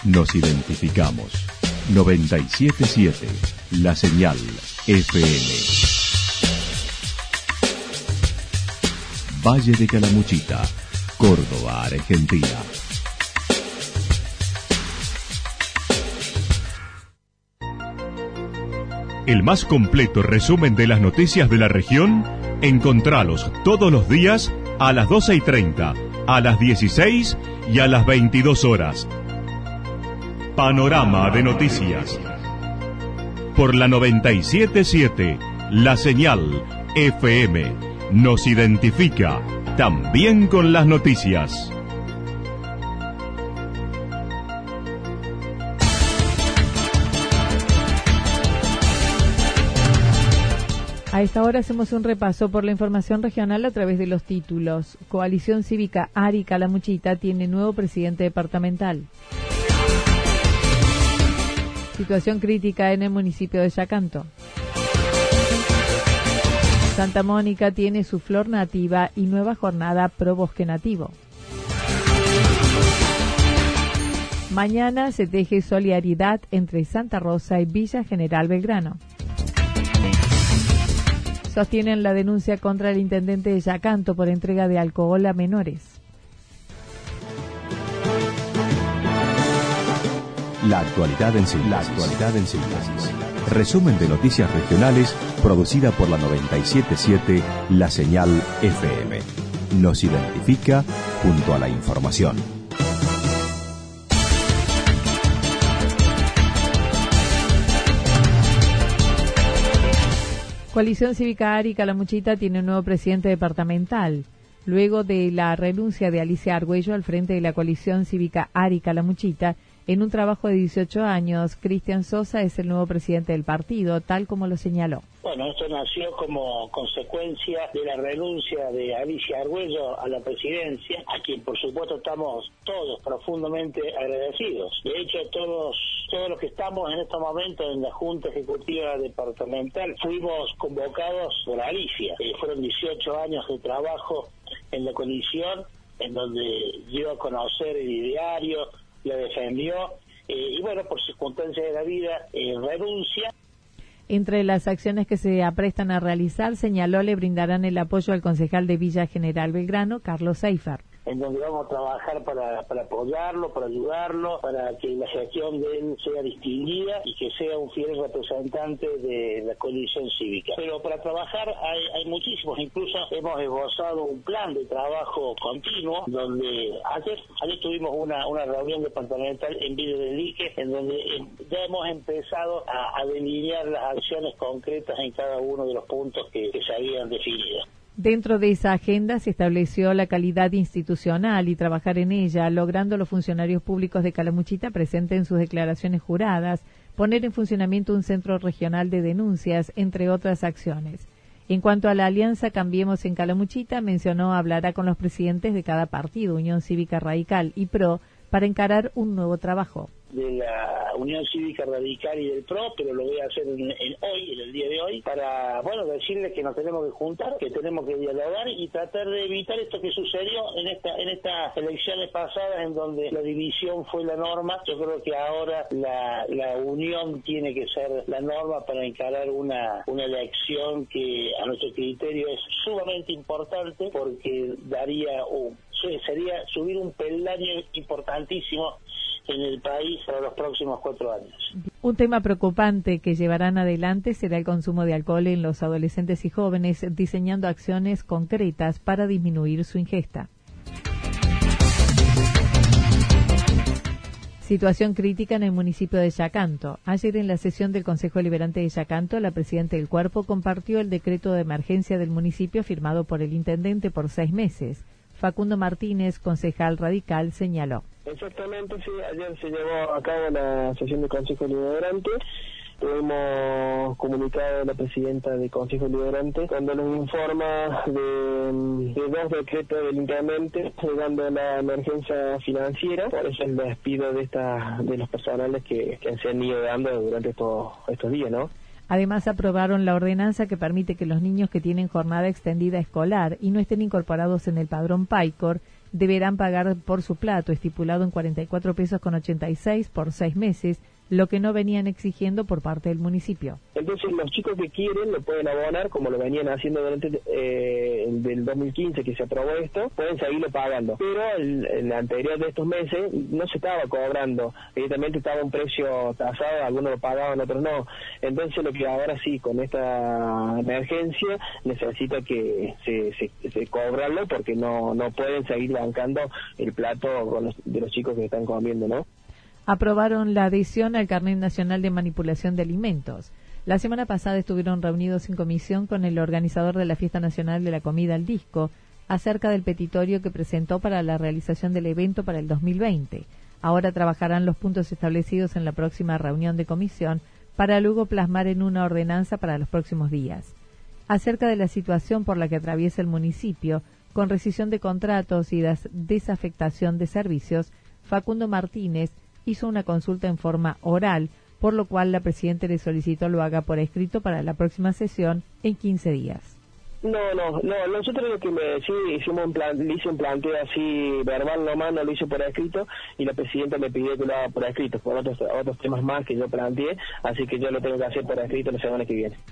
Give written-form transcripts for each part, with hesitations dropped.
Nos identificamos. 977 La Señal FM. Valle de Calamuchita, Córdoba, Argentina. El más completo resumen de las noticias de la región, encontralos todos los días a las 12:30, a las 16 y a las 22 horas. Panorama de Noticias. Por la 977, La Señal FM. Nos identifica también con las noticias. A esta hora hacemos un repaso por la información regional a través de los títulos. Coalición Cívica Ari Calamuchita tiene nuevo presidente departamental. Situación crítica en el municipio de Yacanto. Santa Mónica tiene su flor nativa y nueva jornada pro bosque nativo. Mañana se teje solidaridad entre Santa Rosa y Villa General Belgrano. Sostienen la denuncia contra el intendente de Yacanto por entrega de alcohol a menores. La actualidad en síntesis. Resumen de noticias regionales producida por la 977 La Señal FM. Nos identifica junto a la información. Coalición Cívica Ari Calamuchita tiene un nuevo presidente departamental. Luego de la renuncia de Alicia Argüello al frente de la Coalición Cívica Ari Calamuchita, en un trabajo de 18 años, Cristian Sosa es el nuevo presidente del partido, tal como lo señaló. Bueno, esto nació como consecuencia de la renuncia de Alicia Argüello a la presidencia, a quien por supuesto estamos todos profundamente agradecidos. De hecho, todos los que estamos en estos momentos en la Junta Ejecutiva Departamental fuimos convocados por Alicia. Fueron 18 años de trabajo en la coalición, en donde dio a conocer el ideario, la defendió, y bueno, por circunstancias de la vida, renuncia. Entre las acciones que se aprestan a realizar, señaló, le brindarán el apoyo al concejal de Villa General Belgrano, Carlos Seifer. En donde vamos a trabajar para apoyarlo, para ayudarlo, para que la gestión de él sea distinguida y que sea un fiel representante de la coalición cívica. Pero para trabajar hay muchísimos, incluso hemos esbozado un plan de trabajo continuo, donde ayer tuvimos una reunión departamental en Villa del Lique, en donde ya hemos empezado a delinear las acciones concretas en cada uno de los puntos que se habían definido. Dentro de esa agenda se estableció la calidad institucional y trabajar en ella, logrando los funcionarios públicos de Calamuchita presenten sus declaraciones juradas, poner en funcionamiento un centro regional de denuncias, entre otras acciones. En cuanto a la alianza Cambiemos en Calamuchita, mencionó hablará con los presidentes de cada partido, Unión Cívica Radical y PRO, para encarar un nuevo trabajo. De la Unión Cívica Radical y del PRO, pero lo voy a hacer en el día de hoy, para, decirles que nos tenemos que juntar, que tenemos que dialogar y tratar de evitar esto que sucedió en estas elecciones pasadas, en donde la división fue la norma. Yo creo que ahora la unión tiene que ser la norma para encarar una elección que a nuestro criterio es sumamente importante, porque sería subir un peldaño importantísimo en el país para los próximos 4 años. Un tema preocupante que llevarán adelante será el consumo de alcohol en los adolescentes y jóvenes, diseñando acciones concretas para disminuir su ingesta. Situación crítica en el municipio de Yacanto. Ayer, en la sesión del Consejo Deliberante de Yacanto, la presidenta del cuerpo compartió el decreto de emergencia del municipio firmado por el intendente por 6 meses. Facundo Martínez, concejal radical, señaló. Exactamente, sí. Ayer se llevó a cabo la sesión del Consejo Deliberante. Hemos comunicado a la presidenta del Consejo Deliberante cuando nos informa de 2 decretos del intendente llegando a la emergencia financiera. Por eso el despido de los personales que se han ido dando durante estos días, ¿no? Además, aprobaron la ordenanza que permite que los niños que tienen jornada extendida escolar y no estén incorporados en el padrón PAICOR deberán pagar por su plato, estipulado en 44 pesos con 86 por 6 meses, lo que no venían exigiendo por parte del municipio. Entonces los chicos que quieren lo pueden abonar, como lo venían haciendo durante el del 2015 que se aprobó esto, pueden seguirlo pagando. Pero el anterior de estos meses no se estaba cobrando, evidentemente estaba un precio tasado, algunos lo pagaban, otros no. Entonces lo que ahora sí, con esta emergencia, necesita que se cobrarlo porque no pueden seguir bancando el plato de los chicos que están comiendo, ¿no? Aprobaron la adhesión al Carnet Nacional de Manipulación de Alimentos. La semana pasada estuvieron reunidos en comisión con el organizador de la Fiesta Nacional de la Comida al Disco acerca del petitorio que presentó para la realización del evento para el 2020. Ahora trabajarán los puntos establecidos en la próxima reunión de comisión para luego plasmar en una ordenanza para los próximos días. Acerca de la situación por la que atraviesa el municipio, con rescisión de contratos y desafectación de servicios, Facundo Martínez hizo una consulta en forma oral, por lo cual la Presidenta le solicitó lo haga por escrito para la próxima sesión en 15 días. No, nosotros lo que le hice un planteo así verbal nomás, no lo hice por escrito, y la Presidenta me pidió que lo haga por escrito, por otros temas más que yo planteé, así que yo lo tengo que hacer por escrito la semana que viene.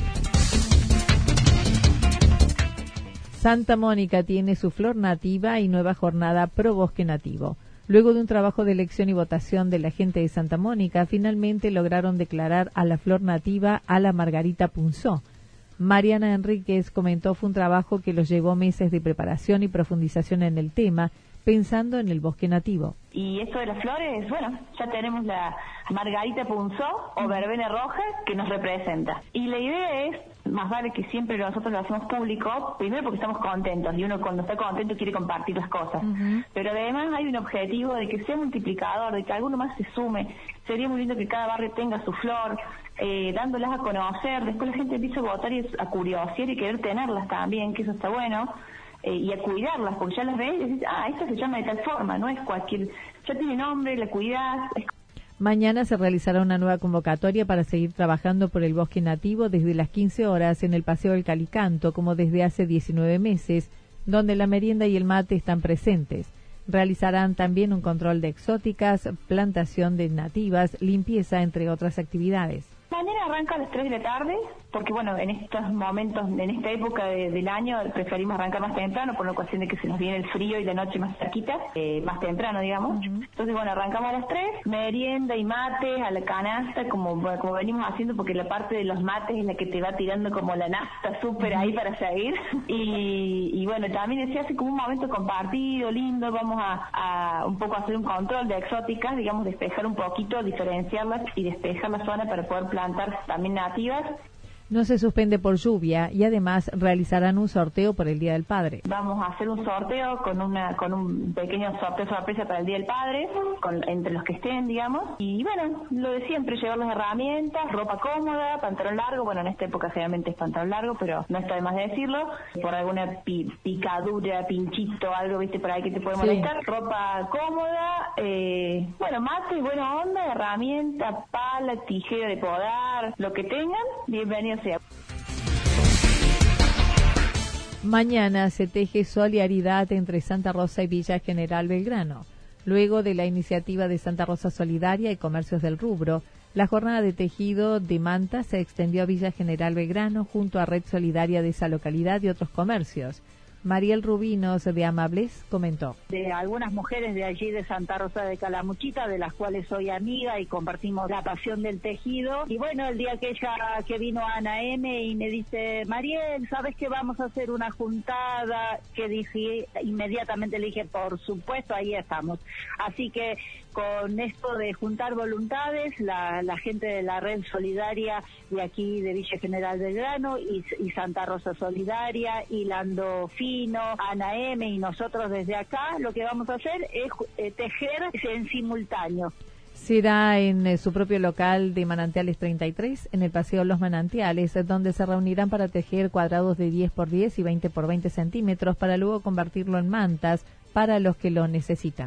Santa Mónica tiene su flor nativa y nueva jornada pro bosque nativo. Luego de un trabajo de elección y votación de la gente de Santa Mónica, finalmente lograron declarar a la flor nativa a la Margarita Punzó. Mariana Enríquez comentó fue un trabajo que los llevó meses de preparación y profundización en el tema, pensando en el bosque nativo. Y esto de las flores, bueno, ya tenemos la Margarita Punzó o verbena roja que nos representa. Y la idea es, más vale que siempre nosotros lo hacemos público, primero porque estamos contentos y uno cuando está contento quiere compartir las cosas. Pero además hay un objetivo de que sea multiplicador, de que alguno más se sume. Sería muy lindo que cada barrio tenga su flor, dándolas a conocer. Después la gente empieza a votar y a curiosear y querer tenerlas también, que eso está bueno. Y a cuidarlas, porque ya las ves y decís, esta se llama de tal forma, no es cualquier, ya tiene nombre, la cuidás. Mañana se realizará una nueva convocatoria para seguir trabajando por el bosque nativo desde las 15 horas en el Paseo del Calicanto, como desde hace 19 meses, donde la merienda y el mate están presentes. Realizarán también un control de exóticas, plantación de nativas, limpieza, entre otras actividades. Mañana arranca a las 3 de la tarde, porque bueno, en estos momentos, en esta época del año, preferimos arrancar más temprano, por la cuestión de que se nos viene el frío y la noche más cerquita, más temprano, digamos. Entonces, bueno, arrancamos a las 3, merienda y mates a la canasta, como venimos haciendo, porque la parte de los mates es la que te va tirando como la nafta súper ahí para seguir. Y bueno, también se hace como un momento compartido, lindo, vamos a un poco hacer un control de exóticas, digamos, despejar un poquito, diferenciarlas y despejar la zona para poder plantar también nativas. No se suspende por lluvia y además realizarán un sorteo por el Día del Padre. Vamos a hacer un sorteo con un pequeño sorteo sorpresa para el Día del Padre, entre los que estén, digamos. Y bueno, lo de siempre, llevar las herramientas, ropa cómoda, pantalón largo. Bueno, en esta época generalmente es pantalón largo, pero no está de más de decirlo. Por alguna picadura, pinchito, algo, viste, por ahí que te puede molestar. Sí. Ropa cómoda, bueno, mate, buena onda, herramienta, pala, tijera de podar, lo que tengan, bienvenidos sea. Mañana se teje solidaridad entre Santa Rosa y Villa General Belgrano. Luego de la iniciativa de Santa Rosa Solidaria y Comercios del Rubro, la jornada de tejido de mantas se extendió a Villa General Belgrano junto a Red Solidaria de esa localidad y otros comercios. Mariel Rubinos de Amables comentó. De algunas mujeres de allí de Santa Rosa de Calamuchita, de las cuales soy amiga y compartimos la pasión del tejido. Y bueno, el día que vino Ana M y me dice, Mariel, ¿sabes que vamos a hacer una juntada? Que dije, inmediatamente le dije, por supuesto, ahí estamos. Así que con esto de juntar voluntades, la gente de la Red Solidaria de aquí de Villa General Belgrano y Santa Rosa Solidaria y Lando Fino, Ana M y nosotros desde acá, lo que vamos a hacer es tejer en simultáneo. Será en su propio local de Manantiales 33, en el Paseo Los Manantiales, donde se reunirán para tejer cuadrados de 10 por 10 y 20 por 20 centímetros para luego convertirlo en mantas para los que lo necesitan.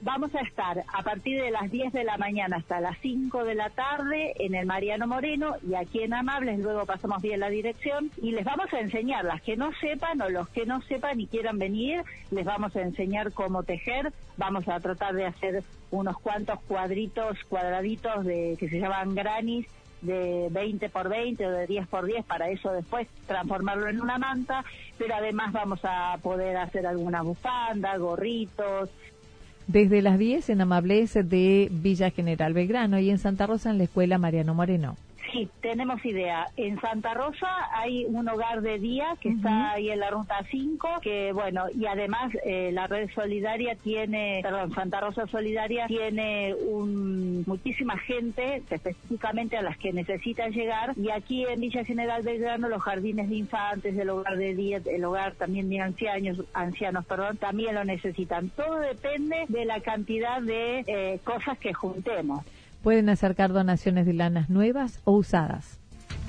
Vamos a estar a partir de las 10 de la mañana hasta las 5 de la tarde en el Mariano Moreno y aquí en Amables, luego pasamos bien la dirección y les vamos a enseñar, las que no sepan o los que no sepan y quieran venir, les vamos a enseñar cómo tejer, vamos a tratar de hacer unos cuantos cuadraditos que se llaman granis, de 20 por 20 o de 10 por 10, para eso después transformarlo en una manta, pero además vamos a poder hacer alguna bufanda, gorritos. Desde las 10 en Amables de Villa General Belgrano y en Santa Rosa en la Escuela Mariano Moreno. Sí, tenemos idea. En Santa Rosa hay un hogar de día que está ahí en la Ruta 5, que bueno, y además la Red Solidaria Santa Rosa Solidaria tiene muchísima gente, específicamente a las que necesitan llegar, y aquí en Villa General Belgrano los jardines de infantes, el hogar de día, el hogar también de ancianos, también lo necesitan. Todo depende de la cantidad de cosas que juntemos. Pueden acercar donaciones de lanas nuevas o usadas.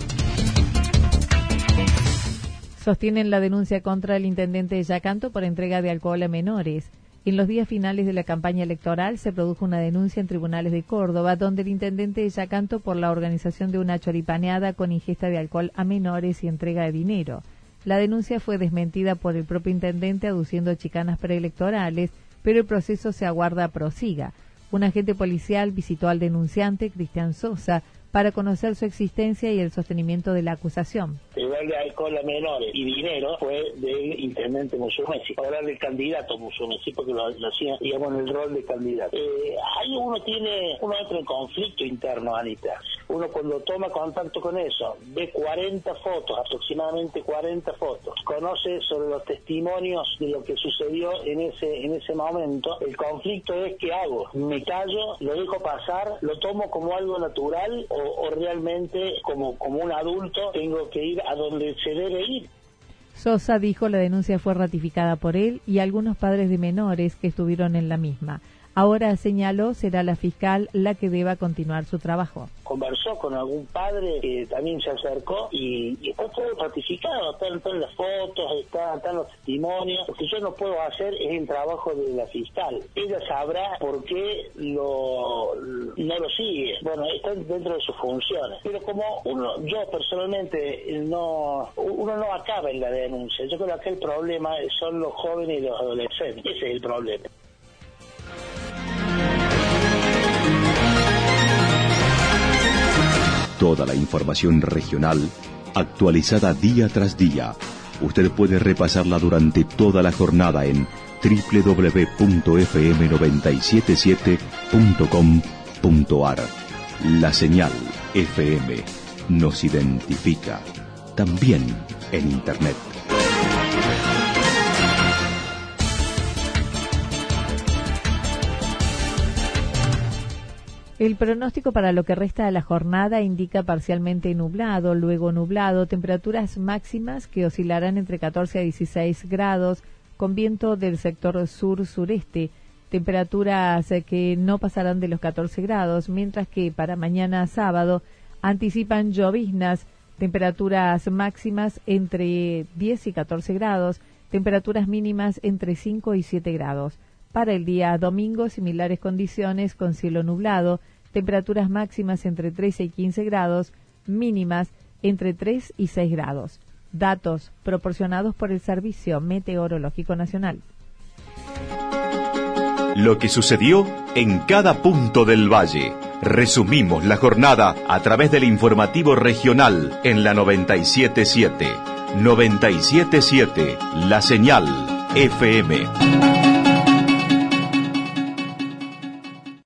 Sostienen la denuncia contra el intendente de Yacanto por entrega de alcohol a menores. En los días finales de la campaña electoral se produjo una denuncia en tribunales de Córdoba, donde el intendente de Yacanto por la organización de una choripaneada con ingesta de alcohol a menores y entrega de dinero. La denuncia fue desmentida por el propio intendente aduciendo chicanas preelectorales, pero el proceso se aguarda prosiga. Un agente policial visitó al denunciante, Cristian Sosa, para conocer su existencia y el sostenimiento de la acusación. El de alcohol a menores y dinero fue del intendente Musumeci, ahora del candidato Musumeci, porque lo hacía, digamos, en el rol de candidato. Ahí uno entra en conflicto interno, Anita. Uno cuando toma contacto con eso, ve 40 fotos, aproximadamente 40 fotos, conoce sobre los testimonios de lo que sucedió en ese momento. El conflicto es ¿qué hago? ¿Me callo? ¿Lo dejo pasar? ¿Lo tomo como algo natural? ¿O realmente como un adulto tengo que ir a donde se debe ir? Sosa dijo la denuncia fue ratificada por él y algunos padres de menores que estuvieron en la misma. Ahora, señaló, será la fiscal la que deba continuar su trabajo. Conversó con algún padre que también se acercó y está todo ratificado, están las fotos, están los testimonios. Lo que yo no puedo hacer es el trabajo de la fiscal. Ella sabrá por qué no lo sigue. Bueno, está dentro de sus funciones. Pero como yo personalmente uno no acaba en la denuncia. Yo creo que acá el problema son los jóvenes y los adolescentes. Ese es el problema. Toda la información regional actualizada día tras día. Usted puede repasarla durante toda la jornada en www.fm977.com.ar. La señal FM nos identifica también en Internet. El pronóstico para lo que resta de la jornada indica parcialmente nublado, luego nublado, temperaturas máximas que oscilarán entre 14 a 16 grados, con viento del sector sur-sureste, temperaturas que no pasarán de los 14 grados, mientras que para mañana sábado anticipan lloviznas, temperaturas máximas entre 10 y 14 grados, temperaturas mínimas entre 5 y 7 grados. Para el día domingo, similares condiciones con cielo nublado, temperaturas máximas entre 13 y 15 grados, mínimas entre 3 y 6 grados. Datos proporcionados por el Servicio Meteorológico Nacional. Lo que sucedió en cada punto del valle. Resumimos la jornada a través del informativo regional en la 97.7. 97.7, la señal FM.